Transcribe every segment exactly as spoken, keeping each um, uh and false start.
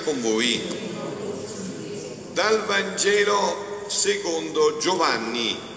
con voi. Dal Vangelo secondo Giovanni.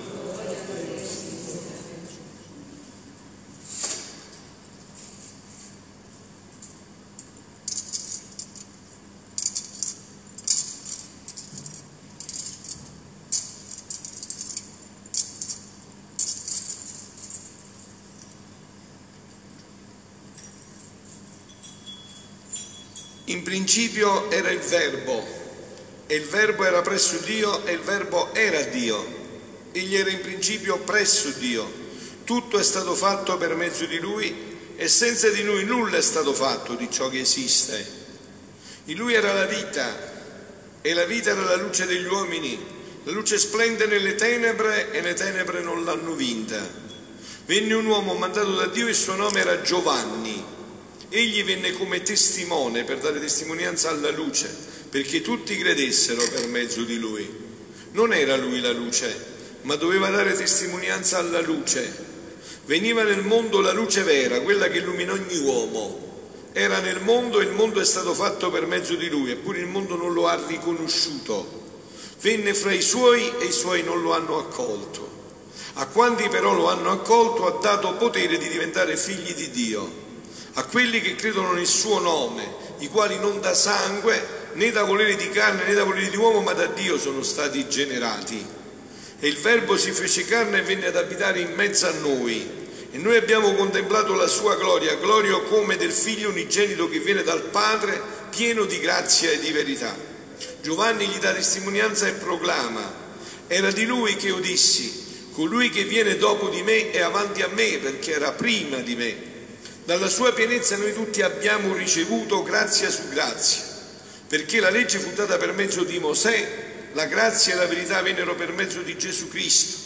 In principio era il Verbo, e il Verbo era presso Dio, e il Verbo era Dio. Egli era in principio presso Dio. Tutto è stato fatto per mezzo di Lui, e senza di Lui nulla è stato fatto di ciò che esiste. In Lui era la vita, e la vita era la luce degli uomini. La luce splende nelle tenebre, e le tenebre non l'hanno vinta. Venne un uomo mandato da Dio, e il suo nome era Giovanni. Egli venne come testimone per dare testimonianza alla luce, perché tutti credessero per mezzo di lui. Non era lui la luce, ma doveva dare testimonianza alla luce. Veniva nel mondo la luce vera, quella che illumina ogni uomo. Era nel mondo e il mondo è stato fatto per mezzo di lui, eppure il mondo non lo ha riconosciuto. Venne fra i suoi e i suoi non lo hanno accolto. A quanti però lo hanno accolto ha dato potere di diventare figli di Dio. A quelli che credono nel suo nome, i quali non da sangue, né da volere di carne, né da volere di uomo, ma da Dio sono stati generati. E il Verbo si fece carne e venne ad abitare in mezzo a noi. E noi abbiamo contemplato la sua gloria, gloria come del Figlio unigenito che viene dal Padre, pieno di grazia e di verità. Giovanni gli dà testimonianza e proclama: era di lui che io dissi, colui che viene dopo di me è avanti a me, perché era prima di me. Dalla sua pienezza noi tutti abbiamo ricevuto grazia su grazia, perché la legge fu data per mezzo di Mosè, la grazia e la verità vennero per mezzo di Gesù Cristo.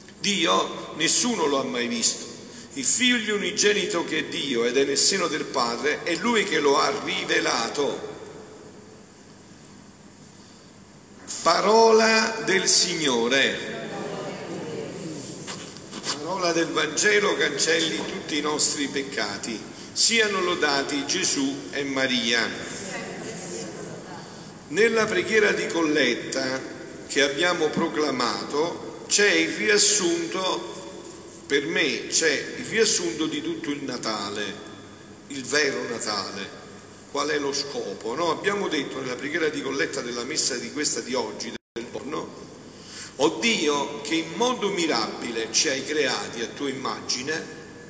Dio nessuno lo ha mai visto. Il Figlio unigenito che è Dio ed è nel seno del Padre, è Lui che lo ha rivelato. Parola del Signore. Parola del Vangelo cancelli tutti i nostri peccati. Siano lodati Gesù e Maria. Nella preghiera di colletta che abbiamo proclamato c'è il riassunto, per me c'è il riassunto di tutto il Natale, il vero Natale. Qual è lo scopo? No? Abbiamo detto nella preghiera di colletta della messa di questa di oggi, del giorno: o Dio che in modo mirabile ci hai creati a tua immagine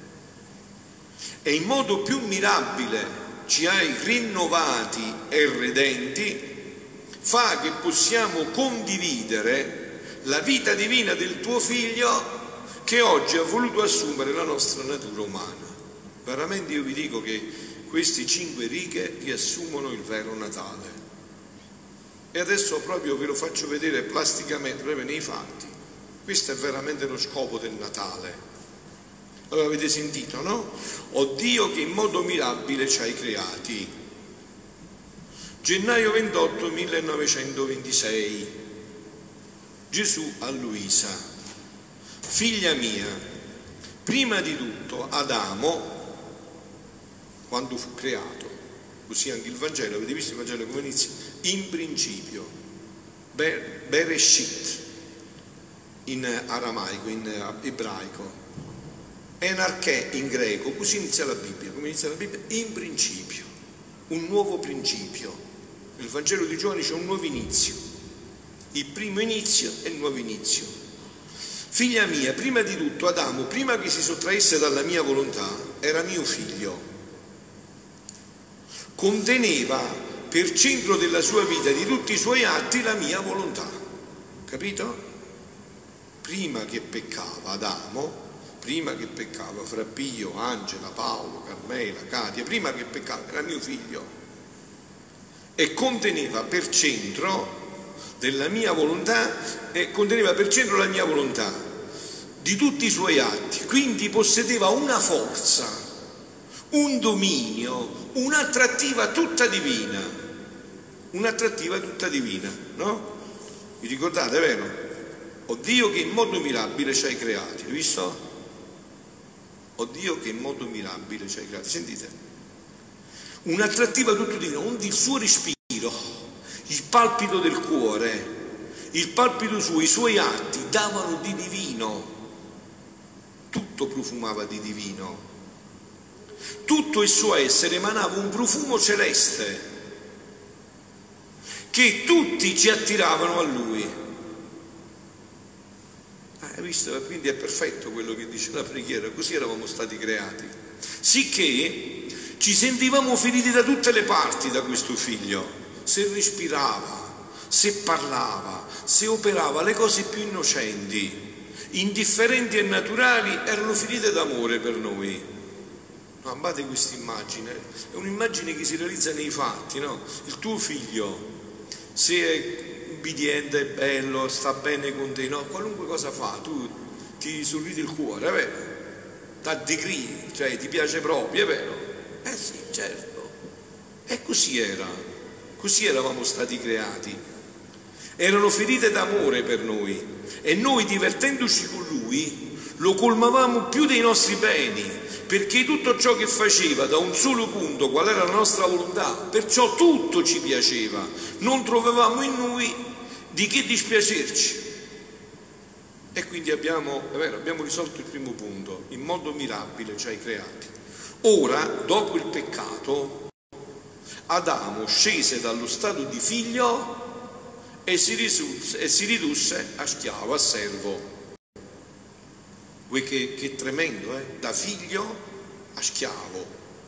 e in modo più mirabile ci hai rinnovati e redenti, fa che possiamo condividere la vita divina del tuo Figlio che oggi ha voluto assumere la nostra natura umana. Veramente io vi dico che queste cinque righe riassumono il vero Natale. E adesso proprio ve lo faccio vedere plasticamente, proprio nei fatti. Questo è veramente lo scopo del Natale. Allora avete sentito, no? O Dio che in modo mirabile ci hai creati. Gennaio ventotto millenovecentoventisei. Gesù a Luisa: figlia mia, prima di tutto Adamo, quando fu creato, così anche il Vangelo, avete visto il Vangelo come inizia? In principio, Ber, Bereshit in aramaico, in ebraico, Enarché in greco, così inizia la Bibbia. Come inizia la Bibbia? In principio, un nuovo principio. Nel Vangelo di Giovanni c'è un nuovo inizio, il primo inizio e il nuovo inizio. Figlia mia, prima di tutto Adamo, prima che si sottraesse dalla mia volontà, era mio figlio. Conteneva per centro della sua vita, di tutti i suoi atti, la mia volontà. Capito? Prima che peccava Adamo, prima che peccava fra Pio, Angela, Paolo, Carmela, Katia, prima che peccava era mio figlio e conteneva per centro della mia volontà e conteneva per centro la mia volontà di tutti i suoi atti, quindi possedeva una forza, un dominio, un'attrattiva tutta divina, un'attrattiva tutta divina, no? Vi ricordate, vero? O Dio che in modo mirabile ci hai creati, hai visto? O Dio che in modo mirabile ci hai creati, sentite? Un'attrattiva tutta divina, onde il suo respiro il palpito del cuore, il palpito suo, i suoi atti davano di divino, tutto profumava di divino, tutto il suo essere emanava un profumo celeste, che tutti ci attiravano a lui. Hai visto? Quindi è perfetto quello che dice la preghiera, così eravamo stati creati, sicché ci sentivamo feriti da tutte le parti da questo figlio. Se respirava, se parlava, se operava, le cose più innocenti, indifferenti e naturali erano ferite d'amore per noi. No, amate questa immagine, è un'immagine che si realizza nei fatti, no? Il tuo figlio, se è ubbidiente, è bello, sta bene con te, no? Qualunque cosa fa, tu ti sorridi il cuore, è vero? T'addegri, cioè ti piace proprio, è vero? Eh sì, certo. E così era. Così eravamo stati creati. Erano ferite d'amore per noi e noi, divertendoci con lui, lo colmavamo più dei nostri beni, perché tutto ciò che faceva da un solo punto, qual era la nostra volontà, perciò tutto ci piaceva, non trovavamo in noi di che dispiacerci. E quindi abbiamo, è vero, abbiamo risolto il primo punto: in modo mirabile ci hai creati. Ora, dopo il peccato, Adamo scese dallo stato di figlio e si, ridusse, e si ridusse a schiavo, a servo. Vuoi che, che tremendo, eh? Da figlio a schiavo.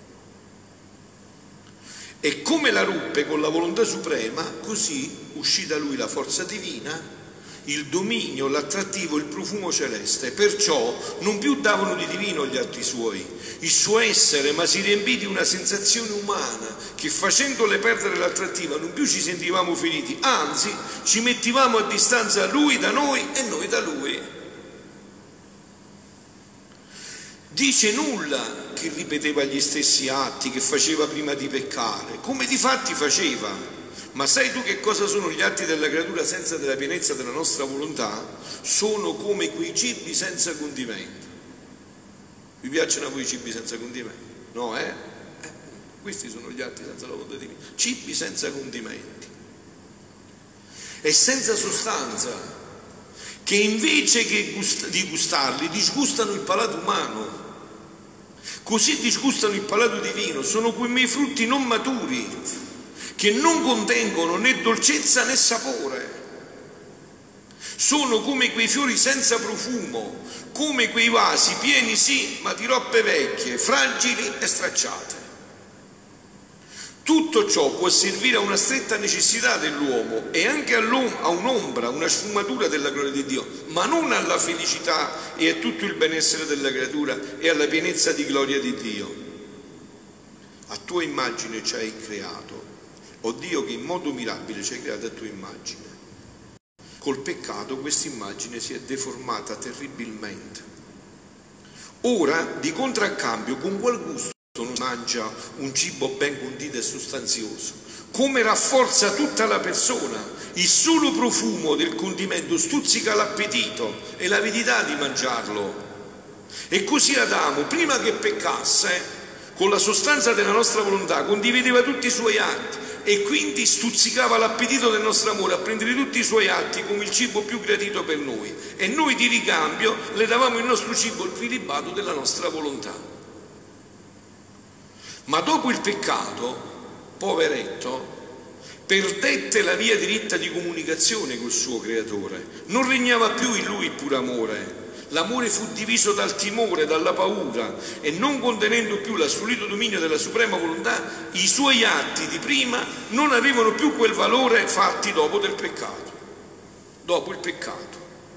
E come la ruppe con la volontà suprema, così uscì da lui la forza divina, il dominio, l'attrattivo, il profumo celeste. Perciò non più davano di divino gli atti suoi, il suo essere, ma si riempì di una sensazione umana che, facendole perdere l'attrattiva, non più ci sentivamo feriti, anzi ci mettevamo a distanza lui da noi e noi da lui. Dice nulla che ripeteva gli stessi atti che faceva prima di peccare, come di fatti faceva. Ma sai tu che cosa sono gli atti della creatura senza della pienezza della nostra volontà? Sono come quei cibi senza condimento. Vi piacciono a voi i cibi senza condimento? No, eh? eh? Questi sono gli atti senza la volontà divina. Cibi senza condimenti e senza sostanza, che invece che gust- di gustarli disgustano il palato umano. Così disgustano il palato divino. Sono quei frutti non maturi, che non contengono né dolcezza né sapore. Sono come quei fiori senza profumo, come quei vasi pieni sì, ma di robe vecchie, fragili e stracciate. Tutto ciò può servire a una stretta necessità dell'uomo e anche a un'ombra, una sfumatura della gloria di Dio, ma non alla felicità e a tutto il benessere della creatura e alla pienezza di gloria di Dio. A tua immagine ci hai creato, o Dio, che in modo mirabile ci hai creato a tua immagine. Col peccato questa immagine si è deformata terribilmente. Ora, di contraccambio, con qual gusto non mangia un cibo ben condito e sostanzioso? Come rafforza tutta la persona! Il solo profumo del condimento stuzzica l'appetito e l'avidità di mangiarlo. E così Adamo, prima che peccasse, con la sostanza della nostra volontà, condivideva tutti i suoi atti e quindi stuzzicava l'appetito del nostro amore a prendere tutti i suoi atti come il cibo più gradito per noi, e noi di ricambio le davamo il nostro cibo, il prelibato della nostra volontà. Ma dopo il peccato, poveretto, perdette la via diritta di comunicazione col suo creatore. Non regnava più in lui il puro amore. L'amore fu diviso dal timore, dalla paura, e non contenendo più l'assoluto dominio della suprema volontà, i suoi atti di prima non avevano più quel valore fatti dopo del peccato. Dopo il peccato.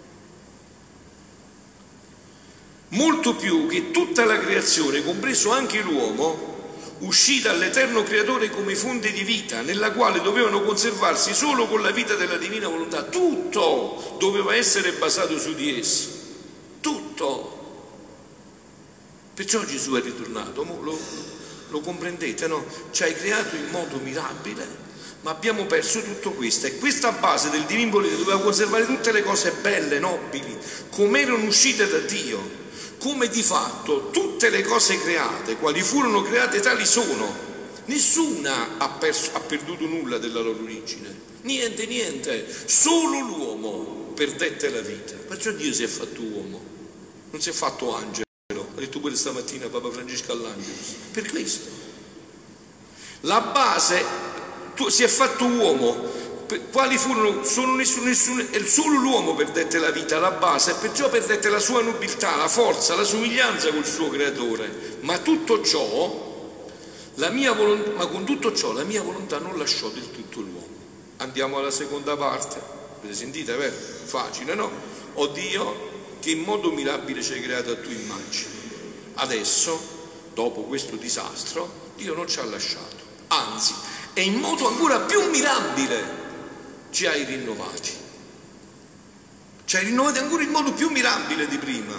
Molto più che tutta la creazione, compreso anche l'uomo, uscì dall'eterno creatore come fonte di vita, nella quale dovevano conservarsi solo con la vita della divina volontà. Tutto doveva essere basato su di esso. Tutto. Perciò Gesù è ritornato, lo, lo comprendete, no? Ci hai creato in modo mirabile, ma abbiamo perso tutto questo, e questa base del divino volere doveva conservare tutte le cose belle, nobili, come erano uscite da Dio, come di fatto tutte le cose create, quali furono create, tali sono, Nessuna ha, perso, ha perduto nulla della loro origine, niente, niente, solo l'uomo perdette la vita. Perciò Dio si è fatto uomo, non si è fatto angelo, ha detto pure stamattina Papa Francesco all'Angelus. Per questo la base, tu, si è fatto uomo. Quali furono? Sono nessuno, nessuno, solo l'uomo perdette la vita, la base, e perciò perdette la sua nobiltà, la forza, la somiglianza col suo creatore. Ma tutto ciò, la mia volontà, ma con tutto ciò la mia volontà non lasciò del tutto l'uomo. Andiamo alla seconda parte. Avete sentito, vero? Facile, no? O Dio, che in modo mirabile ci hai creato a tua immagine. Adesso, dopo questo disastro, Dio non ci ha lasciato, anzi, e in modo ancora più mirabile ci hai rinnovati. Ci hai rinnovati ancora in modo più mirabile di prima.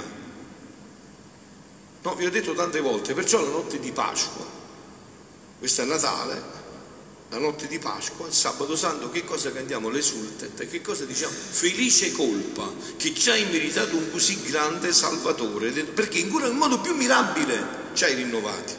No, vi ho detto tante volte, perciò la notte di Pasqua, questo è Natale, la notte di Pasqua, il sabato santo, che cosa cantiamo? L'Esultet, che cosa diciamo? Felice colpa, che ci hai meritato un così grande Salvatore, perché ancora in modo più mirabile ci hai rinnovati.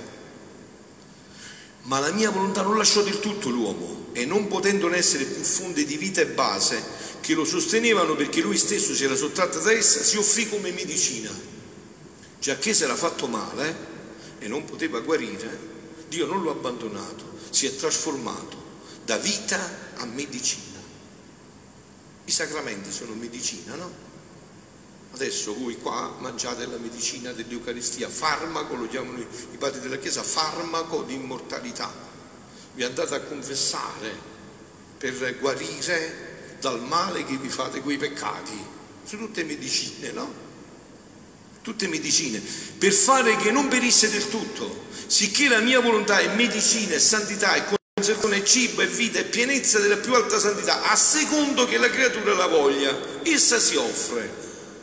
Ma la mia volontà non lasciò del tutto l'uomo, e non potendone essere più fonte di vita e base che lo sostenevano, perché lui stesso si era sottratto da essa, si offrì come medicina. Giacché si era fatto male e non poteva guarire, Dio non lo ha abbandonato, si è trasformato da vita a medicina. I sacramenti sono medicina, no? Adesso voi qua mangiate la medicina dell'Eucaristia, farmaco, lo chiamano i padri della Chiesa, farmaco di immortalità. Vi andate a confessare per guarire dal male che vi fate quei peccati. Sono tutte medicine, no? Tutte medicine, per fare che non perisse del tutto, sicché la mia volontà è medicina e santità e conservazione, cibo e vita e pienezza della più alta santità, a secondo che la creatura la voglia. Essa si offre.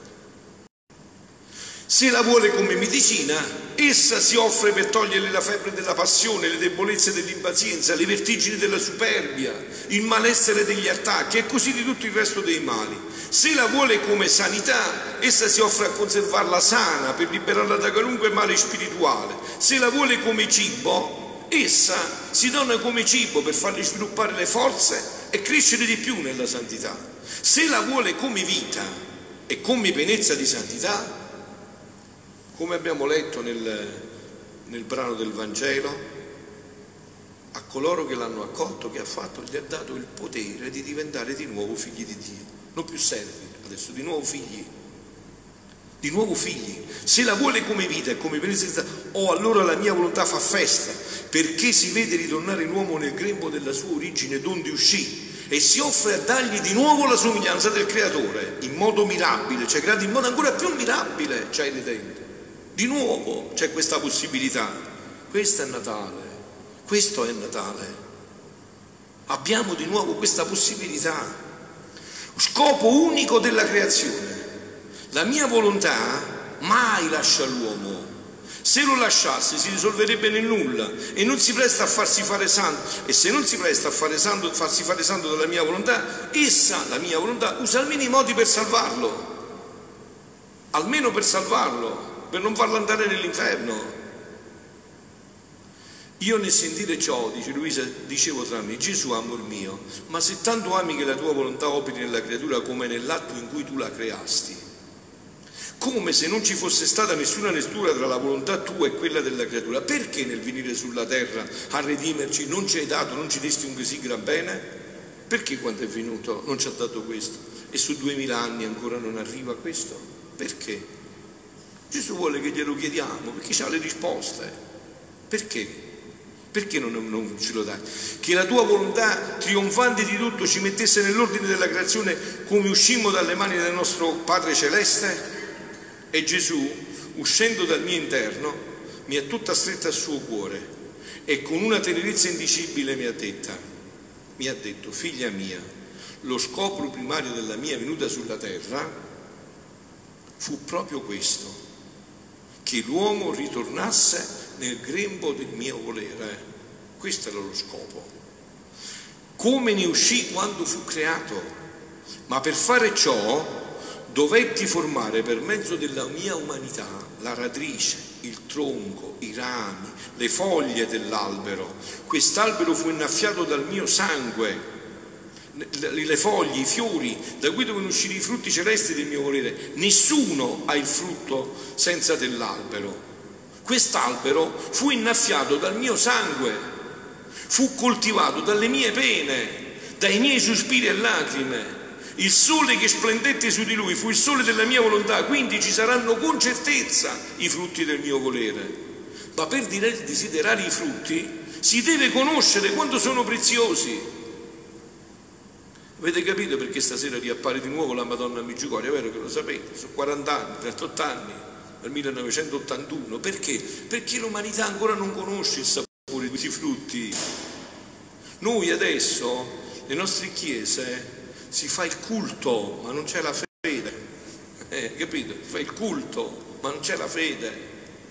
Se la vuole come medicina, essa si offre per toglierle la febbre della passione, le debolezze dell'impazienza, le vertigini della superbia, il malessere degli attacchi e così di tutto il resto dei mali. Se la vuole come sanità, essa si offre a conservarla sana per liberarla da qualunque male spirituale. Se la vuole come cibo, essa si dona come cibo per farle sviluppare le forze e crescere di più nella santità. Se la vuole come vita e come pienezza di santità, come abbiamo letto nel, nel brano del Vangelo, a coloro che l'hanno accolto, che ha fatto, gli ha dato il potere di diventare di nuovo figli di Dio. Non più servi, adesso di nuovo figli. Di nuovo figli. Se la vuole come vita e come pienezza, oh, allora la mia volontà fa festa, perché si vede ritornare l'uomo nel grembo della sua origine, donde uscì, e si offre a dargli di nuovo la somiglianza del Creatore, in modo mirabile, cioè creato in modo ancora più mirabile, cioè ridente. Di nuovo c'è questa possibilità. Questo è Natale, questo è Natale. Abbiamo di nuovo questa possibilità. Scopo unico della creazione. La mia volontà mai lascia l'uomo. Se lo lasciasse si risolverebbe nel nulla e non si presta a farsi fare santo. E se non si presta a fare santo, farsi fare santo dalla mia volontà, essa, la mia volontà, usa almeno i modi per salvarlo. Almeno per salvarlo, per non farlo andare nell'inferno. Io nel sentire ciò, dice Luisa, dicevo tra me: Gesù, amor mio, ma se tanto ami che la tua volontà operi nella creatura come nell'atto in cui tu la creasti, come se non ci fosse stata nessuna nestura tra la volontà tua e quella della creatura, perché nel venire sulla terra a redimerci non ci hai dato, non ci desti un così gran bene? Perché quando è venuto non ci ha dato questo? E su duemila anni ancora non arriva questo? Perché? Gesù vuole che glielo chiediamo, perché ha le risposte. Perché? Perché non, non ce lo dai? Che la tua volontà trionfante di tutto ci mettesse nell'ordine della creazione come uscimmo dalle mani del nostro Padre Celeste? E Gesù, uscendo dal mio interno, mi ha tutta stretta al suo cuore e con una tenerezza indicibile mi ha detta, mi ha detto: figlia mia, lo scopo primario della mia venuta sulla terra fu proprio questo, che l'uomo ritornasse nel grembo del mio volere. Questo era lo scopo. Come ne uscì quando fu creato, ma per fare ciò dovetti formare per mezzo della mia umanità la radice, il tronco, i rami, le foglie dell'albero. Quest'albero fu innaffiato dal mio sangue, le foglie, i fiori, da cui devono uscire i frutti celesti del mio volere. Nessuno ha il frutto senza dell'albero. Quest'albero fu innaffiato dal mio sangue, fu coltivato dalle mie pene, dai miei sospiri e lacrime. Il sole che splendette su di lui fu il sole della mia volontà, quindi ci saranno con certezza i frutti del mio volere. Ma per desiderare i frutti si deve conoscere quanto sono preziosi. Avete capito perché stasera riappare di nuovo la Madonna a Medjugorje? È vero che lo sapete, sono quaranta anni, trentotto anni, dal millenovecentottantuno. Perché? Perché l'umanità ancora non conosce il sapore di questi frutti. Noi adesso, le nostre chiese, si fa il culto, ma non c'è la fede. Eh, capito? Si fa il culto, ma non c'è la fede.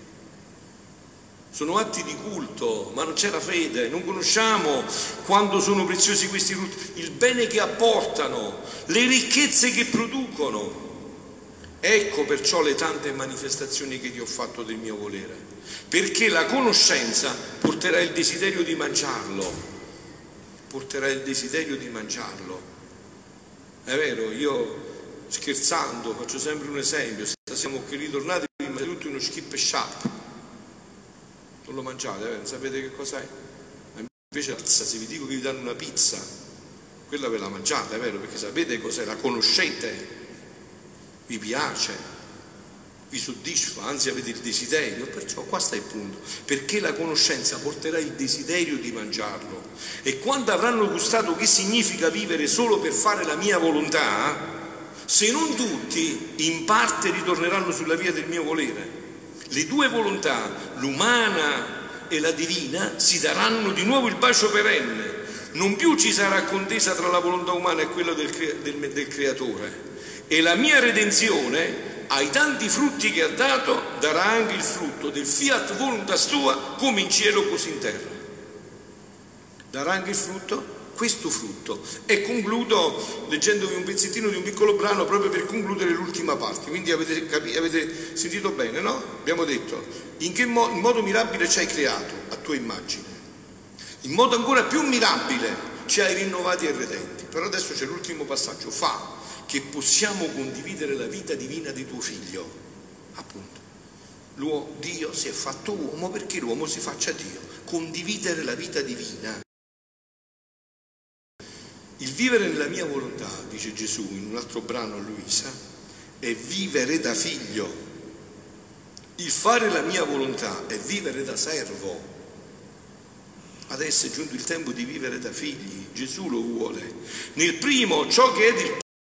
Sono atti di culto, ma non c'è la fede. Non conosciamo quanto sono preziosi questi frutti, il bene che apportano, le ricchezze che producono. Ecco perciò le tante manifestazioni che ti ho fatto del mio volere, perché la conoscenza porterà il desiderio di mangiarlo, porterà il desiderio di mangiarlo. È vero, io scherzando faccio sempre un esempio: stasera siamo qui ritornati, mi mangiate tutti uno skip e sharp. Non lo mangiate, eh? Non sapete che cos'è? Ma invece la pizza, se vi dico che vi danno una pizza, quella ve la mangiate, è vero? Perché sapete cos'è, la conoscete, vi piace, vi soddisfa, anzi avete il desiderio. Perciò qua sta il punto, perché la conoscenza porterà il desiderio di mangiarlo. E quando avranno gustato che significa vivere solo per fare la mia volontà, se non tutti, in parte ritorneranno sulla via del mio volere. Le due volontà, l'umana e la divina, si daranno di nuovo il bacio perenne. Non più ci sarà contesa tra la volontà umana e quella del, del, del Creatore. E la mia redenzione, ai tanti frutti che ha dato, darà anche il frutto del fiat voluntas tua, come in cielo così in terra. Darà anche il frutto, questo frutto. E concludo leggendovi un pezzettino di un piccolo brano proprio per concludere l'ultima parte. Quindi avete, capito, avete sentito bene, no? Abbiamo detto: in che mo- in modo mirabile ci hai creato a tua immagine, in modo ancora più mirabile ci hai rinnovati e redenti. Però adesso c'è l'ultimo passaggio: fa che possiamo condividere la vita divina di tuo figlio. Appunto, l'uomo, Dio si è fatto uomo perché l'uomo si faccia Dio. Condividere la vita divina. Il vivere nella mia volontà, dice Gesù in un altro brano a Luisa, è vivere da figlio. Il fare la mia volontà è vivere da servo. Adesso è giunto il tempo di vivere da figli. Gesù lo vuole. Nel primo, ciò che è del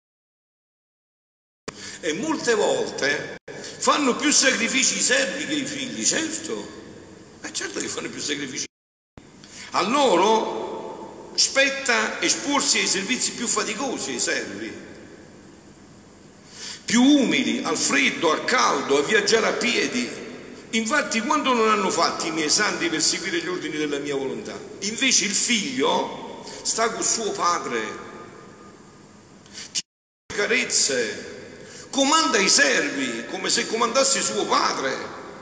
e molte volte fanno più sacrifici i servi che i figli, certo, è certo che fanno più sacrifici. A loro spetta esporsi ai servizi più faticosi, ai servi, più umili, al freddo, al caldo, a viaggiare a piedi. Infatti, quando non hanno fatto i miei santi per seguire gli ordini della mia volontà, invece il figlio sta con suo padre, ti carezze, comanda i servi come se comandasse suo padre.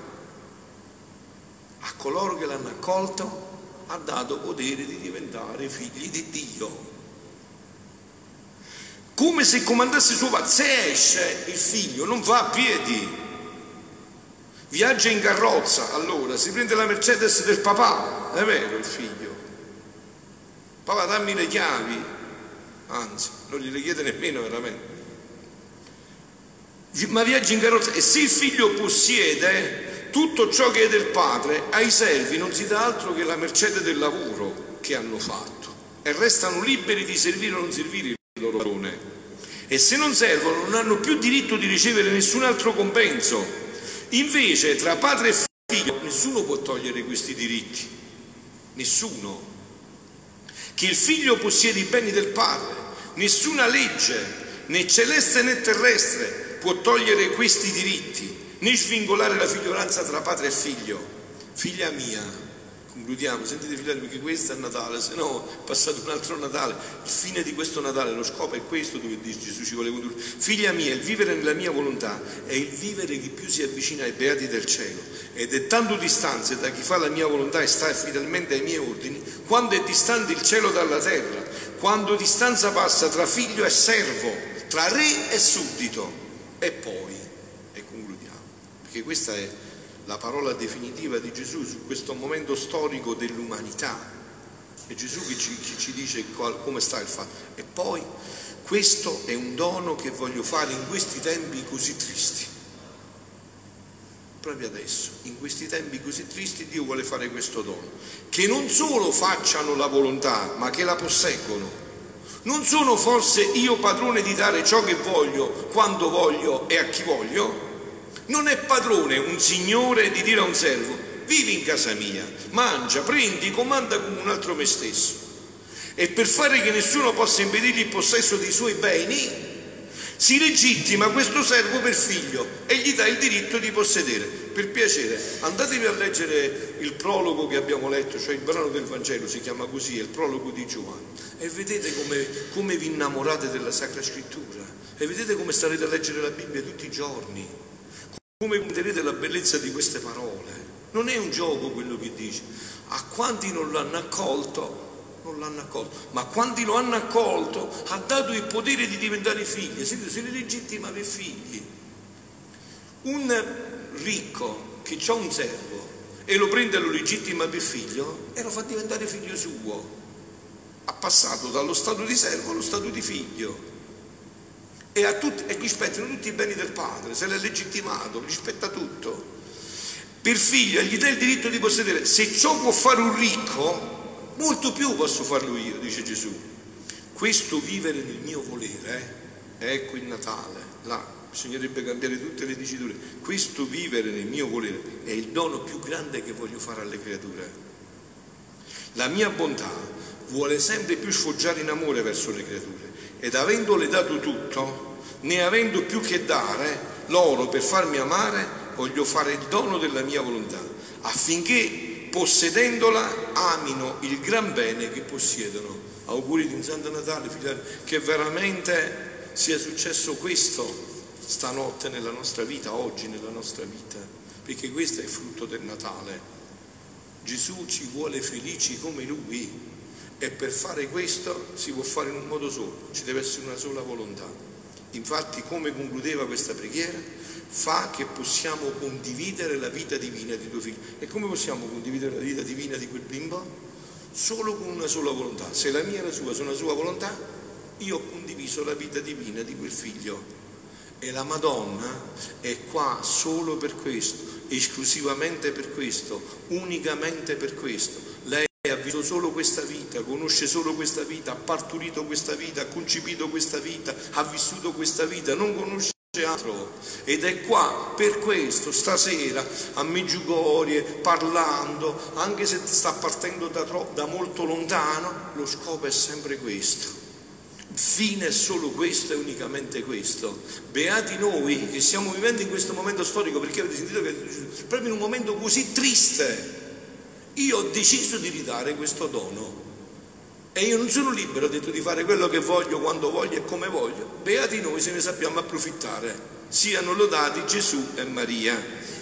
A coloro che l'hanno accolto ha dato potere di diventare figli di Dio, come se comandasse suo padre. Se esce il figlio non va a piedi, viaggia in carrozza, allora si prende la Mercedes del papà, è vero il figlio, papà dammi le chiavi, anzi non gliele chiede nemmeno veramente, ma viaggia in carrozza. E se il figlio possiede tutto ciò che è del padre, ai servi non si dà altro che la mercede del lavoro che hanno fatto e restano liberi di servire o non servire il loro padrone. E se non servono non hanno più diritto di ricevere nessun altro compenso. Invece tra padre e figlio nessuno può togliere questi diritti, nessuno. Che il figlio possiede i beni del padre, nessuna legge, né celeste né terrestre, può togliere questi diritti, né svingolare la figliolanza tra padre e figlio. Figlia mia, Concludiamo, sentite figlioli, perché questo è Natale, se no è passato un altro Natale. Il fine di questo Natale, lo scopo è questo, dove Gesù ci vuole condurre. Figlia mia, il vivere nella mia volontà è il vivere che più si avvicina ai beati del cielo, ed è tanto distante da chi fa la mia volontà e sta fedelmente ai miei ordini, quando è distante il cielo dalla terra, quando distanza passa tra figlio e servo, tra re e suddito. E poi, e concludiamo, perché questa è la parola definitiva di Gesù su questo momento storico dell'umanità. È Gesù che ci, che ci dice qual, come sta il fatto. E poi, questo è un dono che voglio fare in questi tempi così tristi. Proprio adesso, in questi tempi così tristi, Dio vuole fare questo dono. Che non solo facciano la volontà, ma che la posseggono. Non sono forse io padrone di dare ciò che voglio, quando voglio e a chi voglio? Non è padrone un signore di dire a un servo: vivi in casa mia, mangia, prendi, comanda come un altro me stesso. E per fare che nessuno possa impedirgli il possesso dei suoi beni, si legittima questo servo per figlio e gli dà il diritto di possedere. Per piacere, andatevi a leggere il prologo che abbiamo letto, cioè il brano del Vangelo, si chiama così, è il prologo di Giovanni, e vedete come, come vi innamorate della Sacra Scrittura, e vedete come starete a leggere la Bibbia tutti i giorni. Come comprenderete la bellezza di queste parole? Non è un gioco quello che dice. A quanti non l'hanno accolto, non l'hanno accolto, ma a quanti lo hanno accolto ha dato il potere di diventare figli. Se li legittima per figli. Un ricco che ha un servo e lo prende e lo legittima per figlio e lo fa diventare figlio suo. Ha passato dallo stato di servo allo stato di figlio. E, a tutti, e gli spettano tutti i beni del padre, se l'è legittimato, gli spetta tutto. Per figlio gli dà il diritto di possedere. Se ciò può fare un ricco, molto più posso farlo io, dice Gesù. Questo vivere nel mio volere, eh? Ecco il Natale, là bisognerebbe cambiare tutte le diciture. Questo vivere nel mio volere è il dono più grande che voglio fare alle creature. La mia bontà vuole sempre più sfoggiare in amore verso le creature. Ed avendole dato tutto, né avendo più che dare loro per farmi amare, voglio fare il dono della mia volontà, affinché possedendola amino il gran bene che possiedono. Auguri di un Santo Natale, figlioli, che veramente sia successo questo stanotte nella nostra vita, oggi nella nostra vita, perché questo è il frutto del Natale. Gesù ci vuole felici come Lui. E per fare questo si può fare in un modo solo, ci deve essere una sola volontà. Infatti, come concludeva questa preghiera, fa che possiamo condividere la vita divina di tuo figlio. E come possiamo condividere la vita divina di quel bimbo? Solo con una sola volontà. Se la mia e la sua sono una sua volontà, io ho condiviso la vita divina di quel figlio. E la Madonna è qua solo per questo, esclusivamente per questo, unicamente per questo. Lei ha vissuto solo questa vita, conosce solo questa vita, ha partorito questa vita, ha concepito questa vita, ha vissuto questa vita, non conosce altro. Ed è qua per questo stasera a Medjugorje, parlando, anche se sta partendo da, troppo, da molto lontano, lo scopo è sempre questo. Il fine è solo questo e unicamente questo. Beati noi che stiamo vivendo in questo momento storico, perché avete sentito che proprio in un momento così triste io ho deciso di ridare questo dono. E io non sono libero, ho detto, di fare quello che voglio, quando voglio e come voglio. Beati noi se ne sappiamo approfittare. Siano lodati Gesù e Maria.